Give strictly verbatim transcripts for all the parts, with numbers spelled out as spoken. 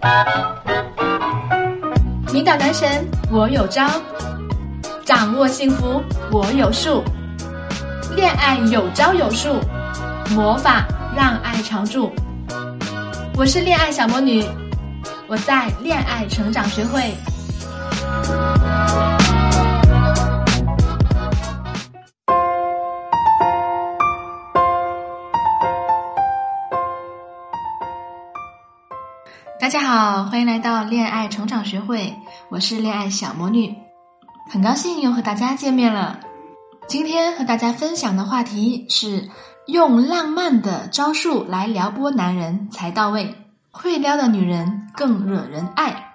迷倒男神我有招，掌握幸福我有数，恋爱有招有数，魔法让爱常驻。我是恋爱小魔女，我在恋爱成长学会。大家好，欢迎来到恋爱成长学会，我是恋爱小魔女，很高兴又和大家见面了。今天和大家分享的话题是用浪漫的招数来撩拨男人才到位，会撩的女人更惹人爱。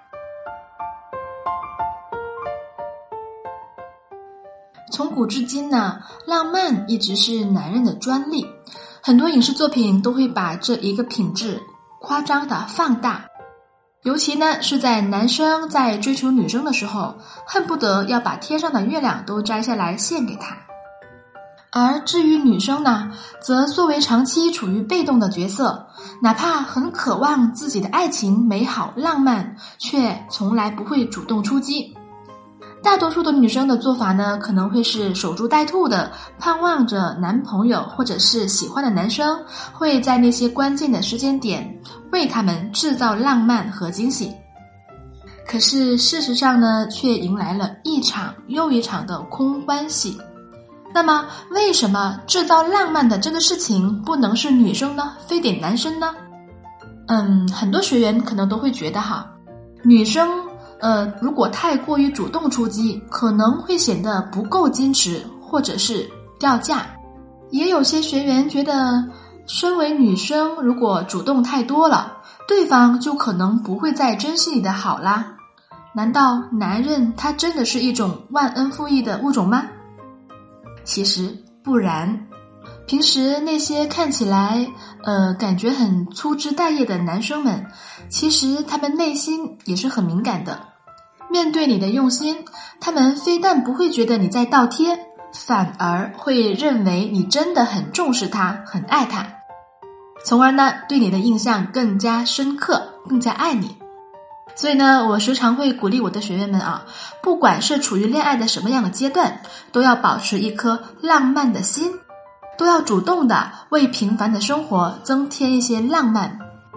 从古至今呢，浪漫一直是男人的专利，很多影视作品都会把这一个品质夸张的放大，尤其呢是在男生在追求女生的时候，恨不得要把天上的月亮都摘下来献给她。而至于女生呢，则作为长期处于被动的角色，哪怕很渴望自己的爱情美好浪漫，却从来不会主动出击。大多数的女生的做法呢，可能会是守株待兔的，盼望着男朋友或者是喜欢的男生会在那些关键的时间点为他们制造浪漫和惊喜。可是事实上呢，却迎来了一场又一场的空欢喜。那么为什么制造浪漫的这个事情不能是女生呢，非得男生呢？嗯，很多学员可能都会觉得哈，女生呃，如果太过于主动出击，可能会显得不够矜持，或者是掉价。也有些学员觉得，身为女生，如果主动太多了，对方就可能不会再珍惜你的好啦。难道男人他真的是一种忘恩负义的物种吗？其实不然。平时那些看起来呃感觉很粗枝大叶的男生们，其实他们内心也是很敏感的。面对你的用心，他们非但不会觉得你在倒贴，反而会认为你真的很重视他，很爱他，从而呢对你的印象更加深刻，更加爱你。所以呢，我时常会鼓励我的学员们啊，不管是处于恋爱的什么样的阶段，都要保持一颗浪漫的心，都要主动的为平凡的生活增添一些浪漫。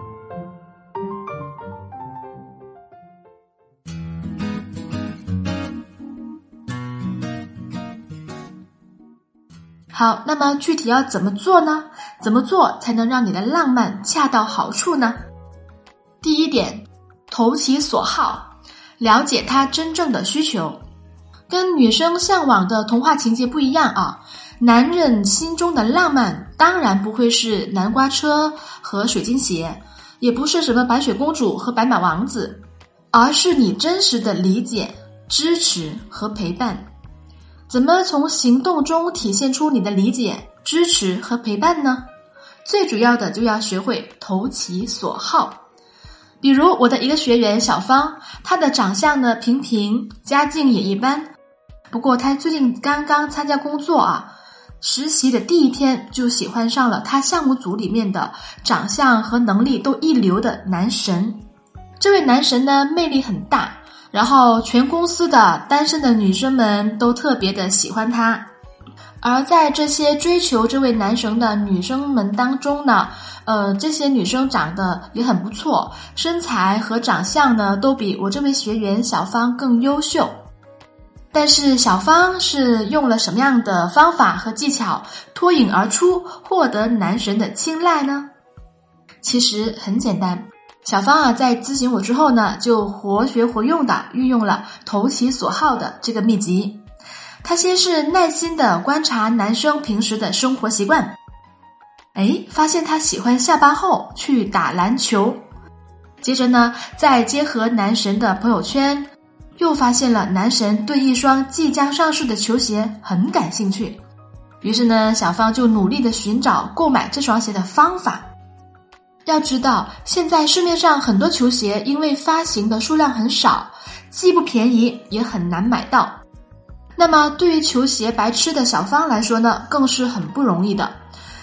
好，那么具体要怎么做呢？怎么做才能让你的浪漫恰到好处呢？第一点，投其所好，了解他真正的需求。跟女生向往的童话情节不一样啊，男人心中的浪漫当然不会是南瓜车和水晶鞋，也不是什么白雪公主和白马王子，而是你真实的理解、支持和陪伴。怎么从行动中体现出你的理解、支持和陪伴呢？最主要的就要学会投其所好。比如我的一个学员小芳，她的长相呢平平，家境也一般，不过她最近刚刚参加工作啊，实习的第一天就喜欢上了她项目组里面的长相和能力都一流的男神。这位男神呢魅力很大，然后全公司的单身的女生们都特别的喜欢他。而在这些追求这位男神的女生们当中呢，呃，这些女生长得也很不错，身材和长相呢都比我这位学员小芳更优秀。但是小芳是用了什么样的方法和技巧脱颖而出，获得男神的青睐呢？其实很简单，小芳啊，在咨询我之后呢，就活学活用的运用了投其所好的这个秘籍。她先是耐心的观察男生平时的生活习惯，哎，发现他喜欢下班后去打篮球。接着呢，再结合男神的朋友圈，又发现了男神对一双即将上市的球鞋很感兴趣。于是呢，小芳就努力的寻找购买这双鞋的方法。要知道，现在市面上很多球鞋因为发行的数量很少，既不便宜也很难买到。那么对于球鞋白痴的小芳来说呢，更是很不容易的。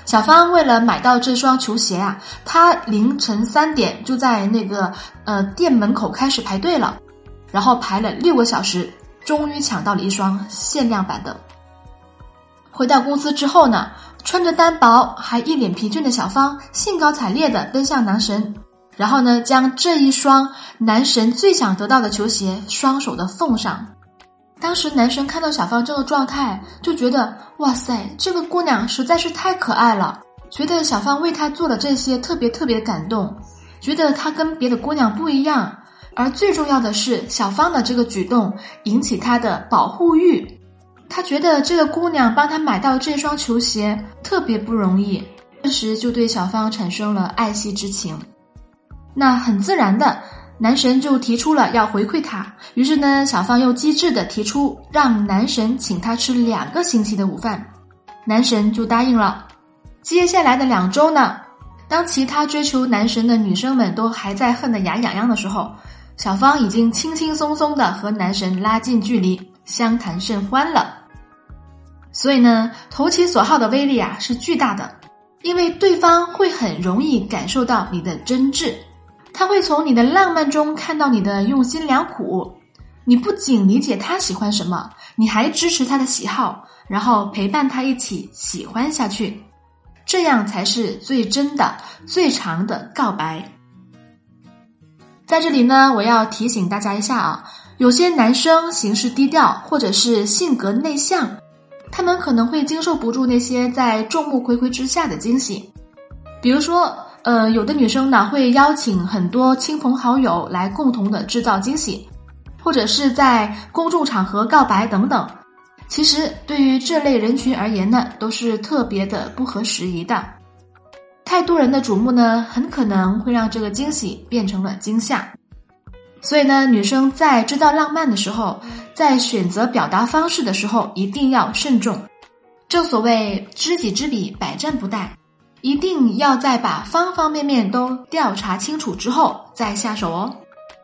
小芳为了买到这双球鞋啊，她凌晨三点就在那个呃店门口开始排队了，然后排了六个小时，终于抢到了一双限量版的。回到公司之后呢，穿着单薄还一脸疲倦的小芳兴高采烈地奔向男神，然后呢，将这一双男神最想得到的球鞋双手的奉上。当时男神看到小芳这个状态，就觉得哇塞，这个姑娘实在是太可爱了，觉得小芳为他做的这些特别特别感动，觉得她跟别的姑娘不一样，而最重要的是小芳的这个举动引起他的保护欲，他觉得这个姑娘帮他买到这双球鞋特别不容易，这时就对小芳产生了爱惜之情。那很自然的，男神就提出了要回馈他，于是呢，小芳又机智地提出让男神请他吃两个星期的午饭，男神就答应了。接下来的两周呢，当其他追求男神的女生们都还在恨得牙痒痒的时候，小芳已经轻轻松松地和男神拉近距离，相谈甚欢了。所以呢，投其所好的威力啊是巨大的，因为对方会很容易感受到你的真挚，他会从你的浪漫中看到你的用心良苦，你不仅理解他喜欢什么，你还支持他的喜好，然后陪伴他一起喜欢下去，这样才是最真的最长的告白。在这里呢，我要提醒大家一下啊，有些男生行事低调或者是性格内向，他们可能会经受不住那些在众目睽睽之下的惊喜。比如说呃，有的女生呢会邀请很多亲朋好友来共同的制造惊喜，或者是在公众场合告白等等。其实对于这类人群而言呢，都是特别的不合时宜的。太多人的瞩目呢，很可能会让这个惊喜变成了惊吓。所以呢，女生在制造浪漫的时候，在选择表达方式的时候一定要慎重。正所谓知己知彼，百战不殆，一定要在把方方面面都调查清楚之后再下手哦。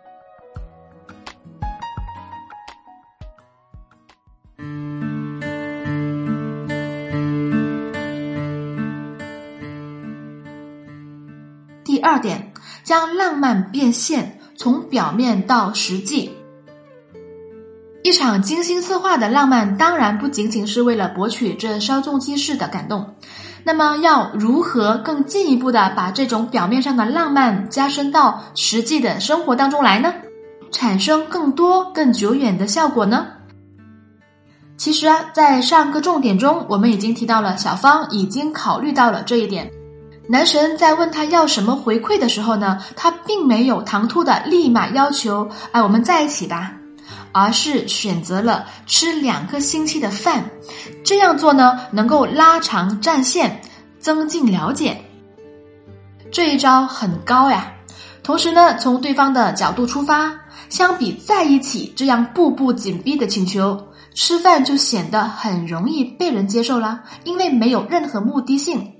第二点，将浪漫变现，从表面到实际。一场精心策划的浪漫当然不仅仅是为了博取这稍纵即逝的感动，那么要如何更进一步的把这种表面上的浪漫加深到实际的生活当中来呢？产生更多更久远的效果呢？其实啊，在上个重点中我们已经提到了小芳已经考虑到了这一点。男神在问他要什么回馈的时候呢，他并没有唐突的立马要求哎，我们在一起吧，而是选择了吃两个星期的饭。这样做呢，能够拉长战线，增进了解。这一招很高呀。同时呢，从对方的角度出发，相比在一起这样步步紧逼的请求，吃饭就显得很容易被人接受了，因为没有任何目的性。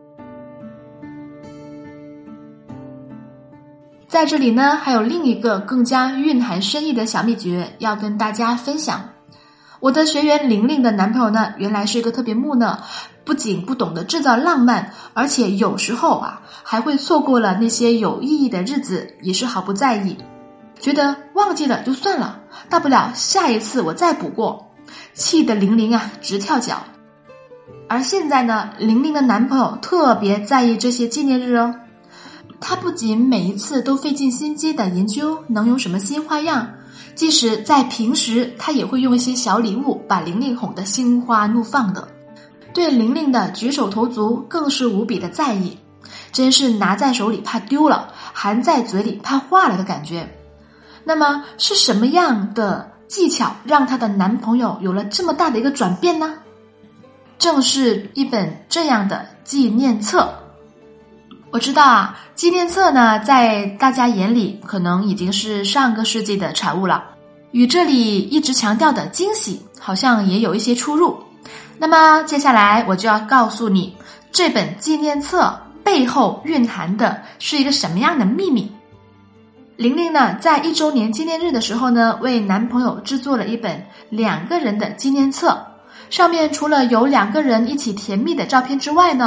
在这里呢，还有另一个更加蕴含深意的小秘诀要跟大家分享。我的学员玲玲的男朋友呢，原来是一个特别木讷，不仅不懂得制造浪漫，而且有时候啊，还会错过了那些有意义的日子，也是毫不在意，觉得忘记了就算了，大不了下一次我再补过，气得玲玲啊直跳脚。而现在呢，玲玲的男朋友特别在意这些纪念日哦。他不仅每一次都费尽心机的研究能有什么新花样，即使在平时他也会用一些小礼物把玲玲哄得心花怒放的，对玲玲的举手投足更是无比的在意，真是拿在手里怕丢了，含在嘴里怕化了的感觉。那么是什么样的技巧让她的男朋友有了这么大的一个转变呢？正是一本这样的纪念册。我知道啊，纪念册呢，在大家眼里可能已经是上个世纪的产物了，与这里一直强调的惊喜好像也有一些出入。那么接下来我就要告诉你，这本纪念册背后蕴含的是一个什么样的秘密。玲玲呢，在一周年纪念日的时候呢，为男朋友制作了一本两个人的纪念册，上面除了有两个人一起甜蜜的照片之外呢，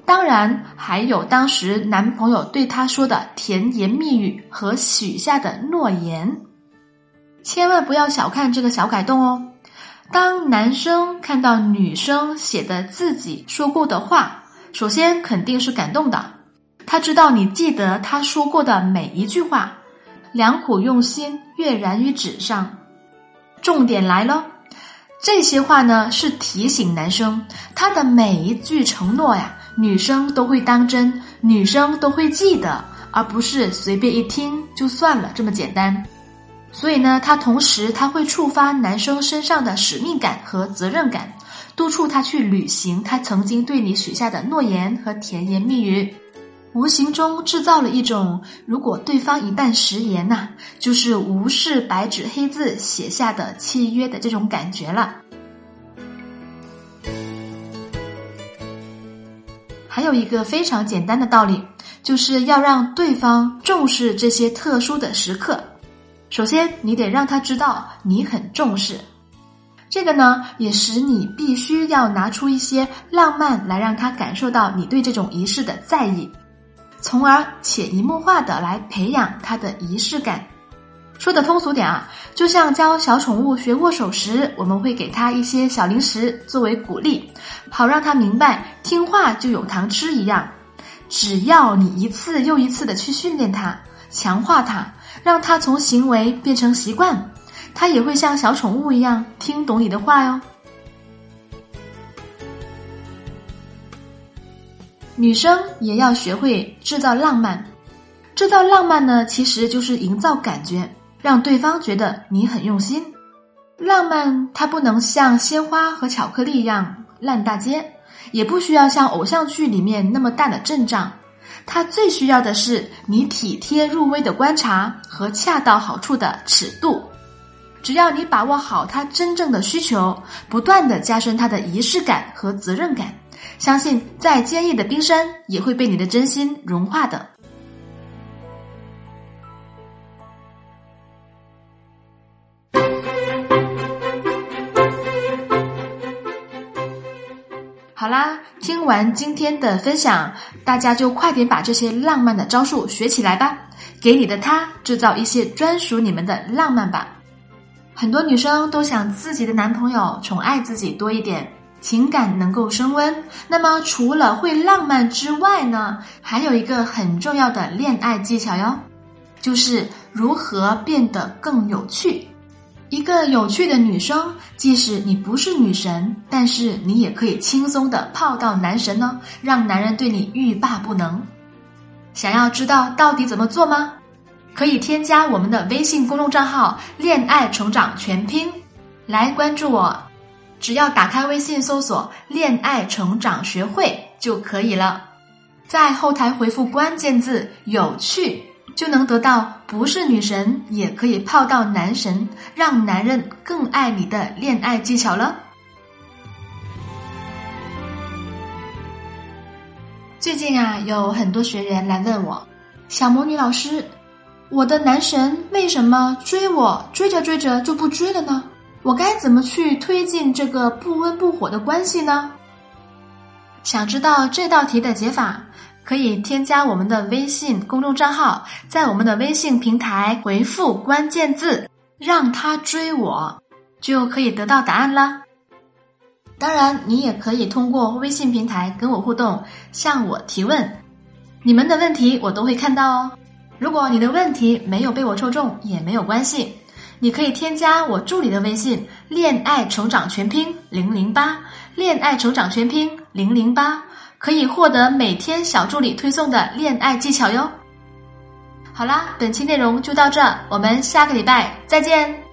当然还有当时男朋友对她说的甜言蜜语和许下的诺言。千万不要小看这个小改动哦。当男生看到女生写的自己说过的话，首先肯定是感动的，他知道你记得他说过的每一句话，良苦用心跃然于纸上。重点来了，这些话呢是提醒男生，他的每一句承诺呀，女生都会当真，女生都会记得，而不是随便一听就算了这么简单。所以呢，他同时他会触发男生身上的使命感和责任感，督促他去履行他曾经对你许下的诺言和甜言蜜语，无形中制造了一种如果对方一旦食言呐、啊，就是无视白纸黑字写下的契约的这种感觉了。还有一个非常简单的道理，就是要让对方重视这些特殊的时刻。首先你得让他知道你很重视，这个呢也使你必须要拿出一些浪漫来让他感受到你对这种仪式的在意，从而潜移默化的来培养他的仪式感。说的通俗点啊，就像教小宠物学握手时，我们会给他一些小零食作为鼓励，好让他明白听话就有糖吃一样。只要你一次又一次的去训练他，强化他，让他从行为变成习惯，他也会像小宠物一样听懂你的话哟。女生也要学会制造浪漫。制造浪漫呢，其实就是营造感觉，让对方觉得你很用心。浪漫它不能像鲜花和巧克力一样烂大街，也不需要像偶像剧里面那么大的阵仗，它最需要的是你体贴入微的观察和恰到好处的尺度。只要你把握好他真正的需求，不断地加深他的仪式感和责任感，相信再坚毅的冰山也会被你的真心融化的。好啦，听完今天的分享，大家就快点把这些浪漫的招数学起来吧，给你的他制造一些专属你们的浪漫吧。很多女生都想自己的男朋友宠爱自己多一点，情感能够升温。那么除了会浪漫之外呢，还有一个很重要的恋爱技巧哟，就是如何变得更有趣。一个有趣的女生，即使你不是女神，但是你也可以轻松地泡到男神呢，让男人对你欲罢不能。想要知道到底怎么做吗？可以添加我们的微信公众账号恋爱成长全拼来关注我，只要打开微信搜索恋爱成长学会就可以了，在后台回复关键字有趣，就能得到不是女神也可以泡到男神，让男人更爱你的恋爱技巧了。最近啊，有很多学员来问我，小魔女老师，我的男神为什么追我追着追着就不追了呢？我该怎么去推进这个不温不火的关系呢？想知道这道题的解法，可以添加我们的微信公众账号，在我们的微信平台回复关键字让他追我，就可以得到答案啦。当然你也可以通过微信平台跟我互动，向我提问，你们的问题我都会看到哦。如果你的问题没有被我抽中也没有关系，你可以添加我助理的微信恋爱成长全拼零零八，恋爱成长全拼零零八，可以获得每天小助理推送的恋爱技巧哟。好啦，本期内容就到这，我们下个礼拜再见。